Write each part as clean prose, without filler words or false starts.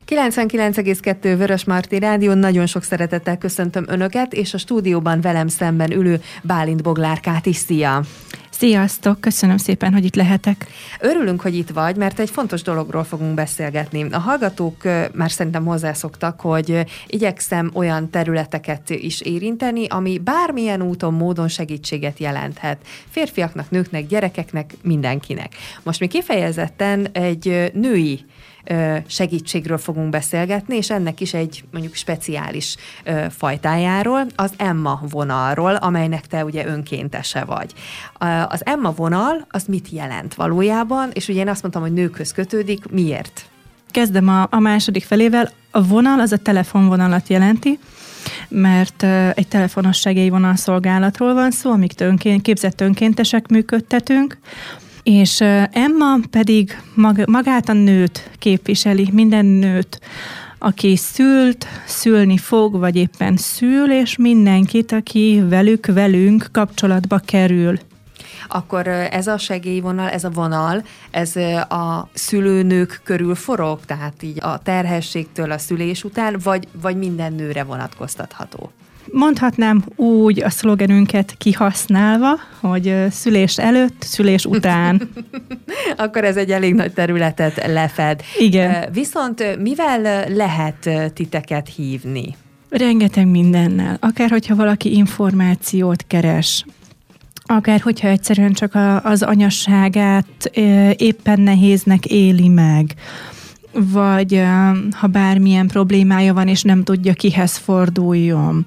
99,2 Vörösmarty Rádió, nagyon sok szeretettel köszöntöm Önöket, és a stúdióban velem szemben ülő Bálint Boglárkát is. Szia! Sziasztok! Köszönöm szépen, hogy itt lehetek. Örülünk, hogy itt vagy, mert egy fontos dologról fogunk beszélgetni. A hallgatók már szerintem hozzászoktak, hogy igyekszem olyan területeket is érinteni, ami bármilyen úton, módon segítséget jelenthet. Férfiaknak, nőknek, gyerekeknek, mindenkinek. Most mi kifejezetten egy női segítségről fogunk beszélgetni, és ennek is egy mondjuk speciális fajtájáról, az Emma vonalról, amelynek te ugye önkéntese vagy. Az Emma vonal, az mit jelent valójában, és ugye én azt mondtam, hogy nőkhöz kötődik, miért? Kezdem a második felével. A vonal az a telefonvonalat jelenti, mert egy telefonos segélyvonal szolgálatról van szó, amit képzett önkéntesek működtetünk, és Emma pedig magát a nőt képviseli, minden nőt, aki szült, szülni fog, vagy éppen szül, és mindenkit, aki velünk kapcsolatba kerül. Akkor ez a segélyvonal, ez a vonal, ez a szülőnők körül forog, tehát így a terhességtől a szülés után, vagy minden nőre vonatkoztatható? Mondhatnám úgy a szlogenünket kihasználva, hogy szülés előtt, szülés után. Akkor ez egy elég nagy területet lefed. Igen. Viszont mivel lehet titeket hívni? Rengeteg mindennel. Akár hogyha valaki információt keres, akár hogyha egyszerűen csak az anyasságát éppen nehéznek éli meg, vagy ha bármilyen problémája van, és nem tudja, kihez forduljon.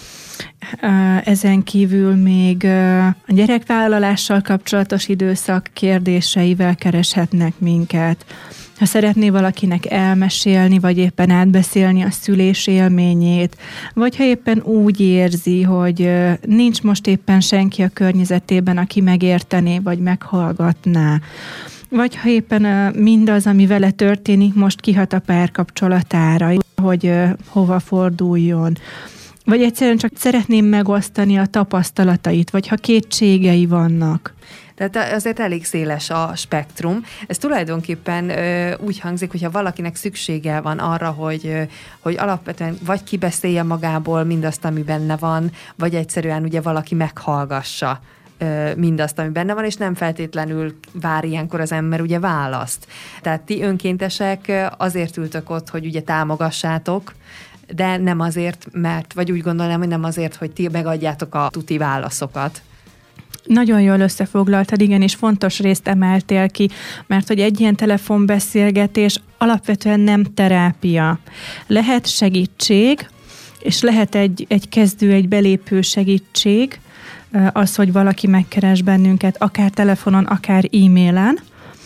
Ezen kívül még a gyerekvállalással kapcsolatos időszak kérdéseivel kereshetnek minket. Ha szeretné valakinek elmesélni, vagy éppen átbeszélni a szülés élményét, vagy ha éppen úgy érzi, hogy nincs most éppen senki a környezetében, aki megértené, vagy meghallgatná, vagy ha éppen mindaz, ami vele történik, most kihat a párkapcsolatára, hogy hova forduljon. Vagy egyszerűen csak szeretném megosztani a tapasztalatait, vagy ha kétségei vannak. Tehát azért elég széles a spektrum. Ez tulajdonképpen úgy hangzik, hogyha valakinek szüksége van arra, hogy alapvetően vagy kibeszélje magából mindazt, ami benne van, vagy egyszerűen ugye valaki meghallgassa mindazt, ami benne van, és nem feltétlenül vár ilyenkor az ember ugye választ. Tehát ti önkéntesek azért ültök ott, hogy ugye támogassátok, de nem azért, vagy úgy gondolom, hogy nem azért, hogy ti megadjátok a tuti válaszokat. Nagyon jól összefoglaltad, igen, és fontos részt emeltél ki, mert hogy egy ilyen telefonbeszélgetés alapvetően nem terápia. Lehet segítség, és lehet egy kezdő, egy belépő segítség, az, hogy valaki megkeres bennünket, akár telefonon, akár e-mailen,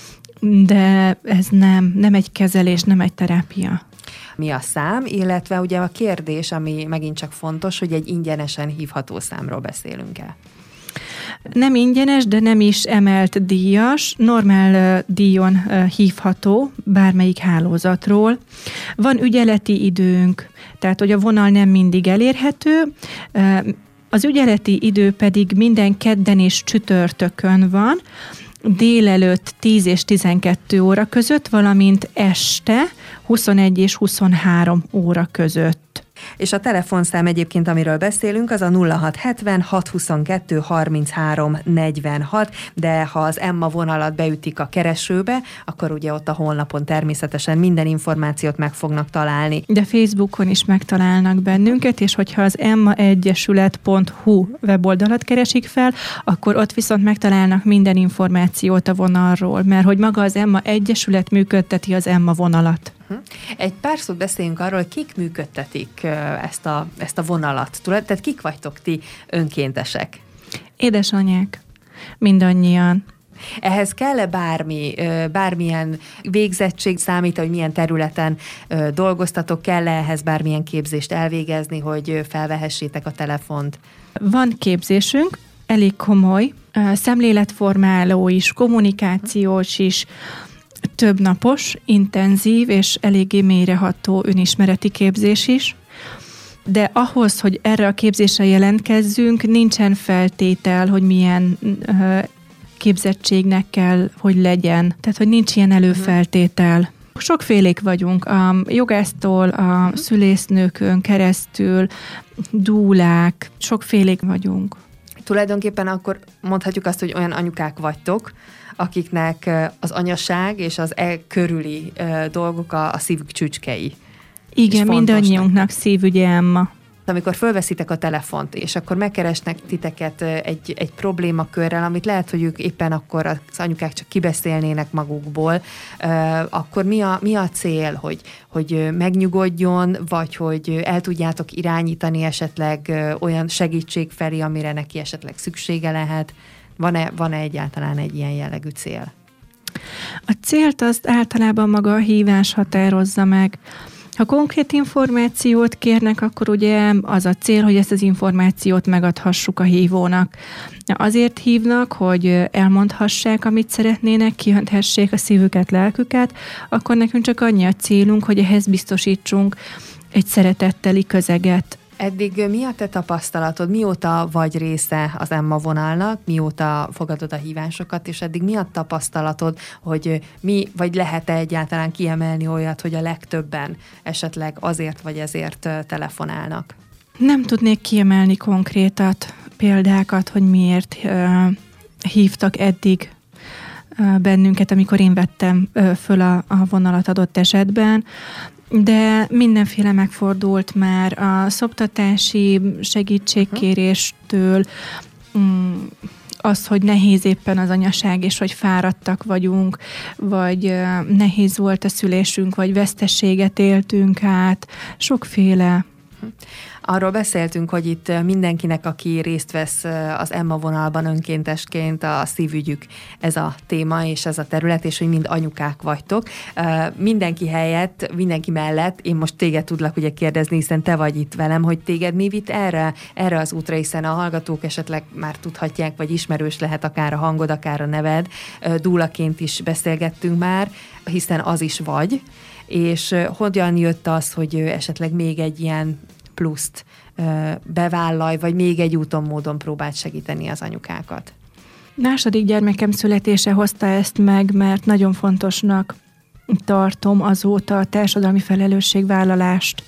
de ez nem egy kezelés, nem egy terápia. Mi a szám, illetve ugye a kérdés, ami megint csak fontos, hogy egy ingyenesen hívható számról beszélünk-e? Nem ingyenes, de nem is emelt díjas, normál díjon hívható bármelyik hálózatról. Van ügyeleti időnk, tehát hogy a vonal nem mindig elérhető, az ügyeleti idő pedig minden kedden és csütörtökön van, délelőtt 10 és 12 óra között, valamint este 21 és 23 óra között. És a telefonszám egyébként, amiről beszélünk, az a 0670 622 33 46, de ha az Emma vonalat beütik a keresőbe, akkor ugye ott a honlapon természetesen minden információt meg fognak találni. De Facebookon is megtalálnak bennünket, és hogyha az emmaegyesület.hu weboldalat keresik fel, akkor ott viszont megtalálnak minden információt a vonalról, mert hogy maga az Emma Egyesület működteti az Emma vonalat. Egy pár szót beszéljünk arról, hogy kik működtetik ezt a vonalat. Tehát kik vagytok ti önkéntesek? Édesanyák. Mindannyian. Ehhez kell-e bármilyen végzettség számít, hogy milyen területen dolgoztatok, kell-e ehhez bármilyen képzést elvégezni, hogy felvehessétek a telefont? Van képzésünk, elég komoly, szemléletformáló is, kommunikációs is, több napos, intenzív és eléggé mélyreható önismereti képzés is. De ahhoz, hogy erre a képzésre jelentkezzünk, nincsen feltétel, hogy milyen képzettségnek kell, hogy legyen. Tehát, hogy nincs ilyen előfeltétel. Sokfélék vagyunk, a jogásztól, a szülésznőkön keresztül, dúlák, sokfélék vagyunk. Tulajdonképpen akkor mondhatjuk azt, hogy olyan anyukák vagytok, akiknek az anyaság és az körüli dolgok a szívük csücskei. Igen, mindannyiunknak szívügye Emma. Amikor fölveszitek a telefont, és akkor megkeresnek titeket egy problémakörrel, amit lehet, hogy ők éppen akkor az anyukák csak kibeszélnének magukból, akkor mi a cél, hogy megnyugodjon, vagy hogy el tudjátok irányítani esetleg olyan segítség felé, amire neki esetleg szüksége lehet? Van-e egyáltalán egy ilyen jellegű cél? A célt azt általában maga a hívás határozza meg. Ha konkrét információt kérnek, akkor ugye az a cél, hogy ezt az információt megadhassuk a hívónak. Azért hívnak, hogy elmondhassák, amit szeretnének, kihönthessék a szívüket, lelküket, akkor nekünk csak annyi a célunk, hogy ehhez biztosítsunk egy szeretetteli közeget. Eddig mi a te tapasztalatod? Mióta vagy része az Emma vonalnak? Mióta fogadod a hívásokat? És eddig mi a tapasztalatod, hogy vagy lehet-e egyáltalán kiemelni olyat, hogy a legtöbben esetleg azért vagy ezért telefonálnak? Nem tudnék kiemelni konkrétat, példákat, hogy miért hívtak eddig bennünket, amikor én vettem föl a vonalat adott esetben. De mindenféle megfordult már a szoptatási segítségkéréstől, az, hogy nehéz éppen az anyaság, és hogy fáradtak vagyunk, vagy nehéz volt a szülésünk, vagy veszteséget éltünk át, sokféle. Arról beszéltünk, hogy itt mindenkinek, aki részt vesz az Emma vonalban önkéntesként, a szívügyük ez a téma és ez a terület, és hogy mind anyukák vagytok. Mindenki helyett, mindenki mellett, én most téged tudlak ugye kérdezni, hiszen te vagy itt velem, hogy téged mi vitt erre az útra, hiszen a hallgatók esetleg már tudhatják, vagy ismerős lehet akár a hangod, akár a neved. Dúlaként is beszélgettünk már, hiszen az is vagy. És hogyan jött az, hogy esetleg még egy ilyen pluszt bevállalj, vagy még egy úton, módon próbált segíteni az anyukákat? Második gyermekem születése hozta ezt meg, mert nagyon fontosnak tartom azóta a társadalmi felelősségvállalást.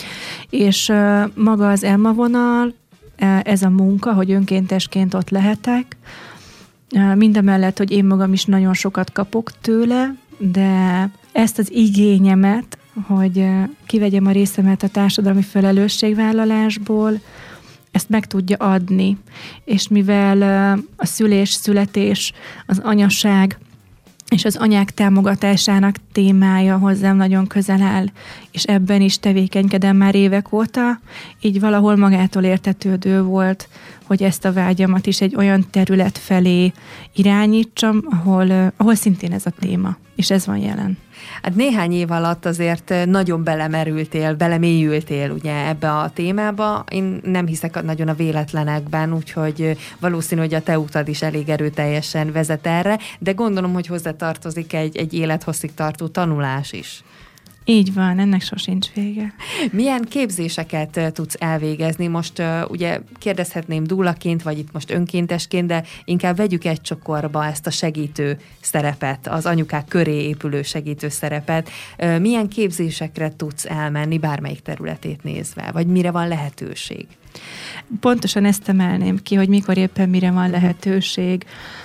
És maga az Emma vonal, ez a munka, hogy önkéntesként ott lehetek, mindemellett, hogy én magam is nagyon sokat kapok tőle, de ezt az igényemet, hogy kivegyem a részemet a társadalmi felelősségvállalásból, ezt meg tudja adni. És mivel a születés, az anyaság és az anyák támogatásának témája hozzám nagyon közel áll, és ebben is tevékenykedem már évek óta, így valahol magától értetődő volt, hogy ezt a vágyamat is egy olyan terület felé irányítsam, ahol szintén ez a téma, és ez van jelen. Hát néhány év alatt azért nagyon belemélyültél ugye ebbe a témába. Én nem hiszek nagyon a véletlenekben, úgyhogy valószínű, hogy a te utad is elég erőteljesen vezet erre, de gondolom, hogy hozzátartozik egy élethosszig tartó tanulás is. Így van, ennek sosincs vége. Milyen képzéseket tudsz elvégezni? Most ugye kérdezhetném dúlaként, vagy itt most önkéntesként, de inkább vegyük egy csokorba ezt a segítő szerepet, az anyukák köré épülő segítő szerepet. Milyen képzésekre tudsz elmenni, bármelyik területét nézve, vagy mire van lehetőség? Pontosan ezt emelném ki, hogy mikor éppen mire van lehetőség.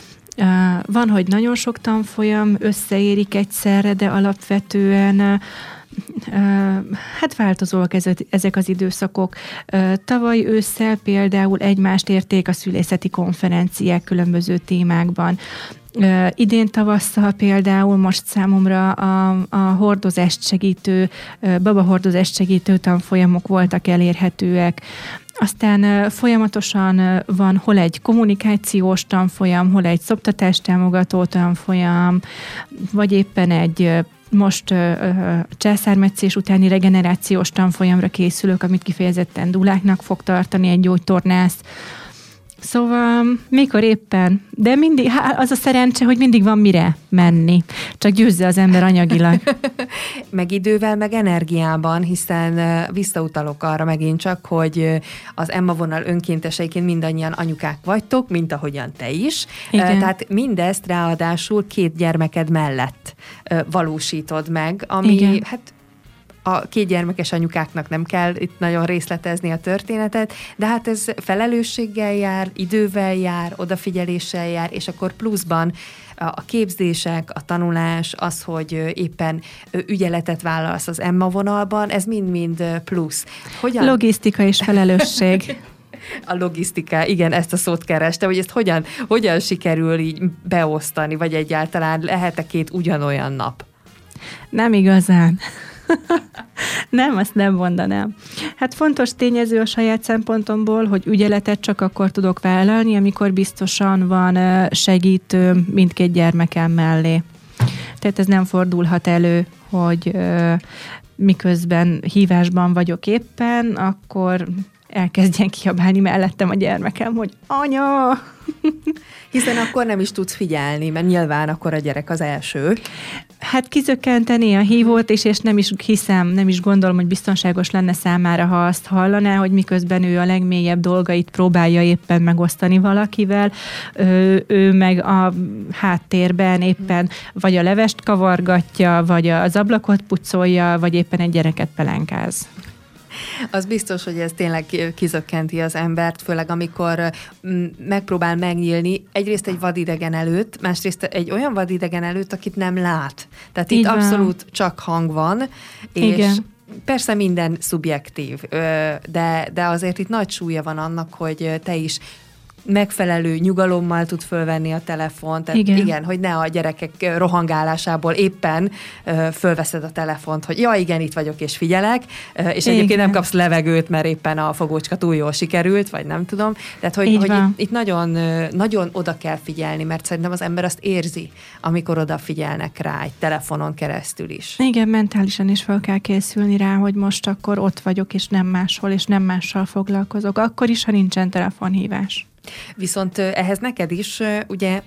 Van, hogy nagyon sok tanfolyam összeérik egyszerre, de alapvetően hát változóak ezek az időszakok. Tavaly ősszel például egymást érték a szülészeti konferenciák különböző témákban. Idén tavasszal például most számomra a hordozást segítő, babahordozást segítő tanfolyamok voltak elérhetőek. Aztán folyamatosan van hol egy kommunikációs tanfolyam, hol egy szoptatástámogató tanfolyam, vagy éppen egy most császármetszés utáni regenerációs tanfolyamra készülök, amit kifejezetten dúláknak fog tartani egy gyógytornász. Szóval mikor éppen, de mindig, az a szerencse, hogy mindig van mire menni, csak győzze az ember anyagilag. Meg idővel, meg energiában, hiszen visszautalok arra megint csak, hogy az Emma vonal önkénteseiként mindannyian anyukák vagytok, mint ahogyan te is. Igen. Tehát mindezt ráadásul 2 gyermeked mellett valósítod meg, ami igen. hát a 2 gyermekes anyukáknak nem kell itt nagyon részletezni a történetet, de hát ez felelősséggel jár, idővel jár, odafigyeléssel jár, és akkor pluszban a képzések, a tanulás, az, hogy éppen ügyeletet vállalsz az Emma vonalban, ez mind-mind plusz. Hogyan? Logisztika és felelősség. A logisztika, igen, ezt a szót kereste, hogy ezt hogyan sikerül így beosztani, vagy egyáltalán lehet-e 2 ugyanolyan nap? Nem igazán. Nem, azt nem mondanám. Hát fontos tényező a saját szempontomból, hogy ügyeletet csak akkor tudok vállalni, amikor biztosan van segítő mindkét gyermekem mellé. Tehát ez nem fordulhat elő, hogy miközben hívásban vagyok éppen, akkor elkezdjen kiabálni mellettem a gyermekem, hogy anya! Hiszen akkor nem is tudsz figyelni, mert nyilván akkor a gyerek az első. Hát kizökkenteni a hívót is, és nem is hiszem, nem is gondolom, hogy biztonságos lenne számára, ha azt hallaná, hogy miközben ő a legmélyebb dolgait próbálja éppen megosztani valakivel, ő meg a háttérben éppen vagy a levest kavargatja, vagy az ablakot pucolja, vagy éppen egy gyereket pelenkáz. Az biztos, hogy ez tényleg kizökkenti az embert, főleg amikor megpróbál megnyílni egyrészt egy vadidegen előtt, másrészt egy olyan vadidegen előtt, akit nem lát. Tehát itt abszolút csak hang van, és igen. Persze minden szubjektív, de azért itt nagy súlya van annak, hogy te is megfelelő nyugalommal tud fölvenni a telefont. Tehát igen, hogy ne a gyerekek rohangálásából éppen fölveszed a telefont, hogy ja, igen, itt vagyok és figyelek, és egyébként nem kapsz levegőt, mert éppen a fogócska túl jól sikerült, vagy nem tudom. Tehát, hogy itt nagyon, nagyon oda kell figyelni, mert szerintem az ember azt érzi, amikor odafigyelnek rá egy telefonon keresztül is. Igen, mentálisan is fel kell készülni rá, hogy most akkor ott vagyok, és nem máshol, és nem mással foglalkozok. Akkor is, ha nincsen telefonhívás. Viszont ehhez neked is ugye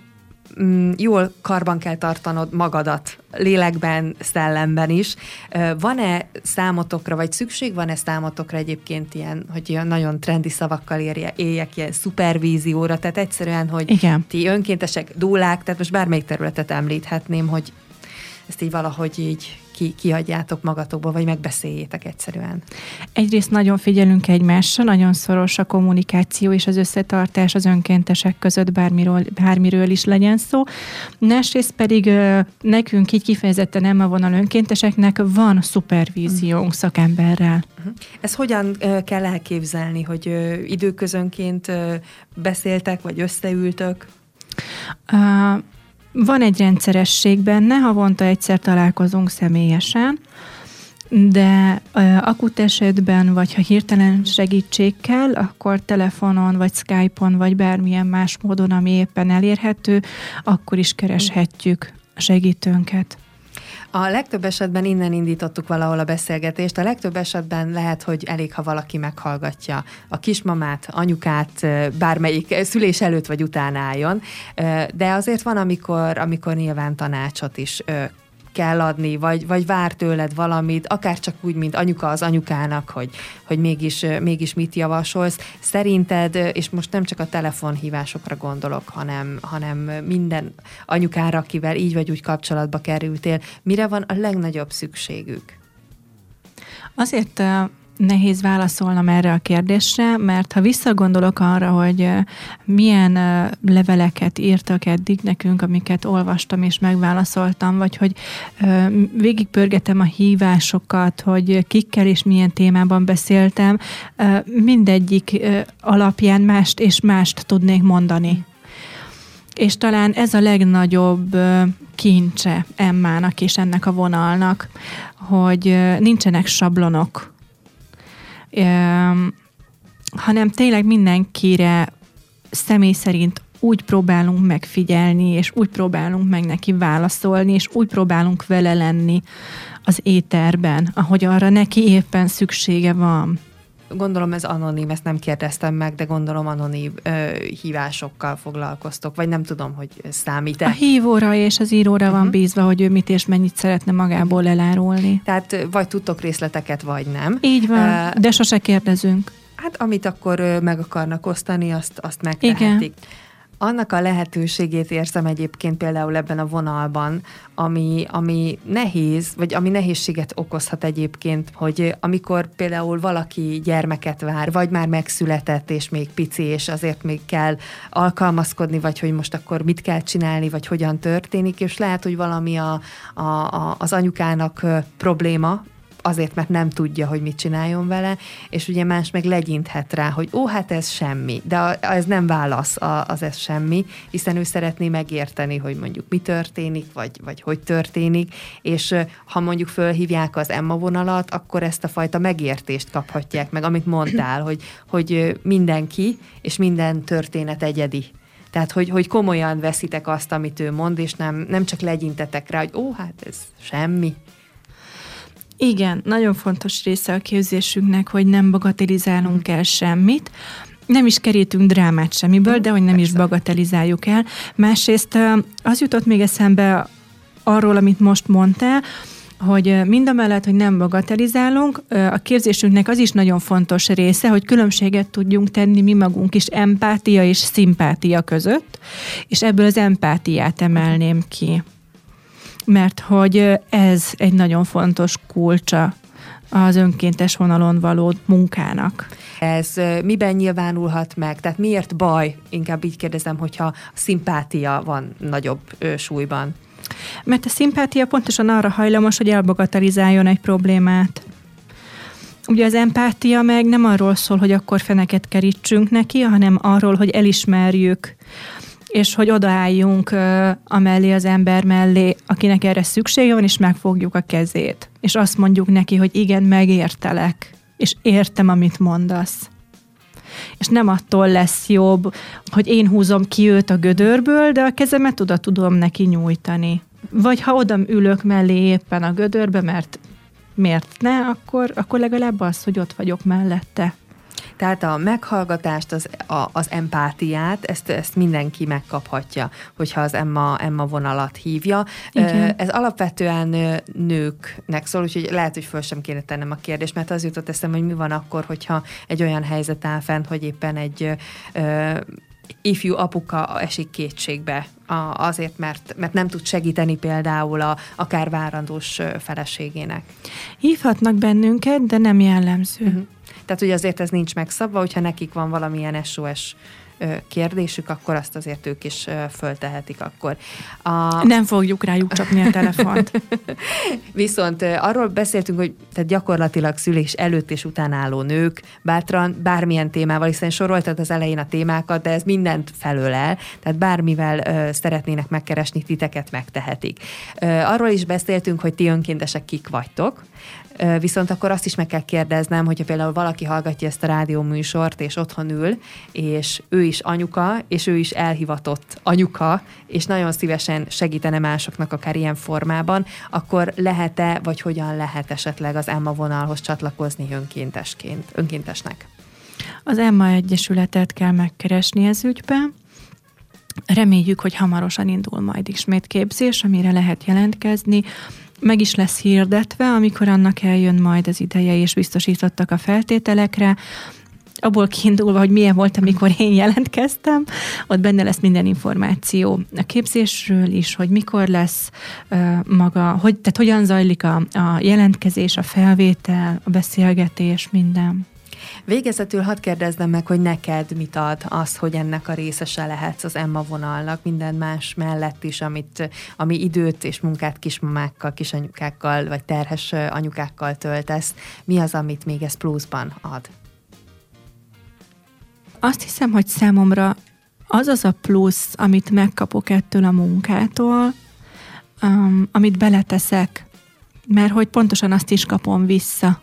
jól karban kell tartanod magadat, lélekben, szellemben is. Van-e számotokra, vagy szükség van-e számotokra egyébként ilyen, hogy ilyen nagyon trendi szavakkal éljek ilyen szupervízióra, tehát egyszerűen, hogy igen. Ti önkéntesek, dúlák, tehát most bármelyik területet említhetném, hogy ezt így valahogy így kiadjátok magatokból, vagy megbeszéljétek egyszerűen. Egyrészt nagyon figyelünk egymásra, nagyon szoros a kommunikáció és az összetartás az önkéntesek között, bármiről is legyen szó. Másrészt pedig nekünk így kifejezetten Emma vonal önkénteseknek van szupervíziónk szakemberrel. Ezt hogyan kell elképzelni, hogy időközönként beszéltek, vagy összeültök? Van egy rendszeresség benne, havonta egyszer találkozunk személyesen, de akut esetben, vagy ha hirtelen segítség kell, akkor telefonon, vagy Skype-on, vagy bármilyen más módon, ami éppen elérhető, akkor is kereshetjük a segítőnket. A legtöbb esetben innen indítottuk valahol a beszélgetést, a legtöbb esetben lehet, hogy elég, ha valaki meghallgatja a kismamát, anyukát, bármelyik szülés előtt vagy után álljon, de azért van, amikor nyilván tanácsot is kell adni, vagy vár tőled valamit, akár csak úgy, mint anyuka az anyukának, hogy mégis mit javasolsz. Szerinted, és most nem csak a telefonhívásokra gondolok, hanem minden anyukára, akivel így vagy úgy kapcsolatba kerültél, mire van a legnagyobb szükségük? Azért nehéz válaszolnom erre a kérdésre, mert ha visszagondolok arra, hogy milyen leveleket írtak eddig nekünk, amiket olvastam és megválaszoltam, vagy hogy végigpörgetem a hívásokat, hogy kikkel és milyen témában beszéltem, mindegyik alapján mást és mást tudnék mondani. És talán ez a legnagyobb kincse Emmának és ennek a vonalnak, hogy nincsenek sablonok, hanem tényleg mindenkire személy szerint úgy próbálunk megfigyelni, és úgy próbálunk meg neki válaszolni, és úgy próbálunk vele lenni az éterben, ahogy arra neki éppen szüksége van. Gondolom ez anonim, ezt nem kérdeztem meg, de gondolom anonim hívásokkal foglalkoztok, vagy nem tudom, hogy számít-e. A hívóra és az íróra van bízva, hogy ő mit és mennyit szeretne magából elárulni. Tehát vagy tudtok részleteket, vagy nem. Így van, de sose kérdezünk. Hát amit akkor meg akarnak osztani, azt megtehetik. Igen. Annak a lehetőségét érzem egyébként például ebben a vonalban, ami nehéz, vagy ami nehézséget okozhat egyébként, hogy amikor például valaki gyermeket vár, vagy már megszületett, és még pici, és azért még kell alkalmazkodni, vagy hogy most akkor mit kell csinálni, vagy hogyan történik, és lehet, hogy valami az anyukának probléma, azért, mert nem tudja, hogy mit csináljon vele, és ugye más meg legyinthet rá, hogy hát ez semmi, de ez nem válasz, az ez semmi, hiszen ő szeretné megérteni, hogy mondjuk mi történik, vagy hogy történik, és ha mondjuk fölhívják az Emma vonalat, akkor ezt a fajta megértést kaphatják meg, amit mondtál, hogy mindenki, és minden történet egyedi. Tehát, hogy komolyan veszitek azt, amit ő mond, és nem csak legyintetek rá, hogy hát ez semmi. Igen, nagyon fontos része a képzésünknek, hogy nem bagatelizálunk el semmit, nem is kerítünk drámát semmiből, de hogy nem is bagatelizáljuk el. Másrészt az jutott még eszembe arról, amit most mondtál, hogy mindamellett, hogy nem bagatelizálunk, a képzésünknek az is nagyon fontos része, hogy különbséget tudjunk tenni mi magunk is empátia és szimpátia között, és ebből az empátiát emelném ki. Mert hogy ez egy nagyon fontos kulcsa az önkéntes vonalon való munkának. Ez miben nyilvánulhat meg? Tehát miért baj? Inkább így kérdezem, hogyha a szimpátia van nagyobb súlyban. Mert a szimpátia pontosan arra hajlamos, hogy elbagatelizáljon egy problémát. Ugye az empátia meg nem arról szól, hogy akkor feneket kerítsünk neki, hanem arról, hogy elismerjük, és hogy odaálljunk amellé az ember mellé, akinek erre szüksége van, és megfogjuk a kezét. És azt mondjuk neki, hogy igen, megértelek, és értem, amit mondasz. És nem attól lesz jobb, hogy én húzom ki őt a gödörből, de a kezemet oda tudom neki nyújtani. Vagy ha oda ülök mellé éppen a gödörbe, mert miért ne, akkor legalább az, hogy ott vagyok mellette. Tehát a meghallgatást, az empátiát, ezt mindenki megkaphatja, hogyha az Emma vonalat hívja. Igen. Ez alapvetően nőknek szól, úgyhogy lehet, hogy föl sem kéne tennem a kérdést, mert az jutott eszembe, hogy mi van akkor, hogyha egy olyan helyzet áll fent, hogy éppen egy ifjú apuka esik kétségbe azért, mert nem tud segíteni például akár várandós feleségének. Hívhatnak bennünket, de nem jellemző. Uh-huh. Tehát ugye azért ez nincs megszabva, hogyha nekik van valamilyen SOS kérdésük, akkor azt azért ők is föltehetik akkor. Nem fogjuk rájuk csapni a telefont. Viszont arról beszéltünk, hogy tehát gyakorlatilag szülés előtt és után álló nők bátran bármilyen témával, hiszen soroltad az elején a témákat, de ez mindent felölel, tehát bármivel szeretnének megkeresni, titeket megtehetik. Arról is beszéltünk, hogy ti önkéntesek kik vagytok, viszont akkor azt is meg kell kérdeznem, hogyha például valaki hallgatja ezt a rádióműsort, és otthon ül, és ő is anyuka, és ő is elhivatott anyuka, és nagyon szívesen segítene másoknak akár ilyen formában, akkor lehet-e, vagy hogyan lehet esetleg az Emma vonalhoz csatlakozni önkéntesnek? Az Emma Egyesületet kell megkeresni ez ügyben. Reméljük, hogy hamarosan indul majd ismét képzés, amire lehet jelentkezni. Meg is lesz hirdetve, amikor annak eljön majd az ideje, és biztosítottak a feltételekre. Abból kiindulva, hogy milyen volt, amikor én jelentkeztem, ott benne lesz minden információ a képzésről is, hogy mikor lesz maga, tehát hogyan zajlik a jelentkezés, a felvétel, a beszélgetés, minden. Végezetül hadd kérdezzem meg, hogy neked mit ad az, hogy ennek a részese lehetsz az Emma vonalnak, minden más mellett is, ami időt és munkát kismamákkal, kisanyukákkal, vagy terhes anyukákkal töltesz. Mi az, amit még ez pluszban ad? Azt hiszem, hogy számomra az a plusz, amit megkapok ettől a munkától, amit beleteszek, mert hogy pontosan azt is kapom vissza.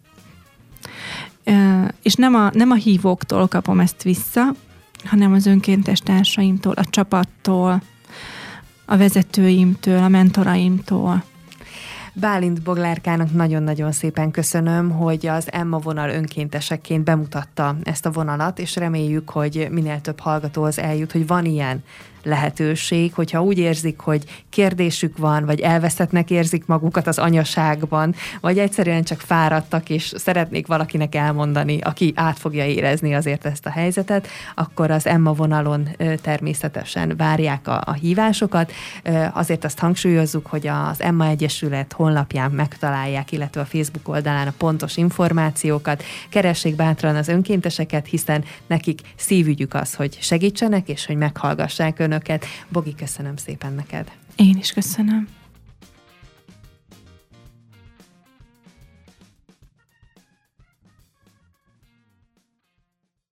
És nem a hívóktól kapom ezt vissza, hanem az önkéntes társaimtól, a csapattól, a vezetőimtől, a mentoraimtól. Bálint Boglárkának nagyon-nagyon szépen köszönöm, hogy az Emma vonal önkénteseként bemutatta ezt a vonalat, és reméljük, hogy minél több hallgatóhoz eljut, hogy van ilyen lehetőség, hogyha úgy érzik, hogy kérdésük van, vagy elveszettnek érzik magukat az anyaságban, vagy egyszerűen csak fáradtak, és szeretnék valakinek elmondani, aki át fogja érezni azért ezt a helyzetet, akkor az Emma vonalon természetesen várják a hívásokat. Azért azt hangsúlyozzuk, hogy az Emma Egyesület honlapján megtalálják, illetve a Facebook oldalán a pontos információkat. Keressék bátran az önkénteseket, hiszen nekik szívügyük az, hogy segítsenek, és hogy meghallgassák önöket. Bogi, köszönöm szépen neked. Én is köszönöm.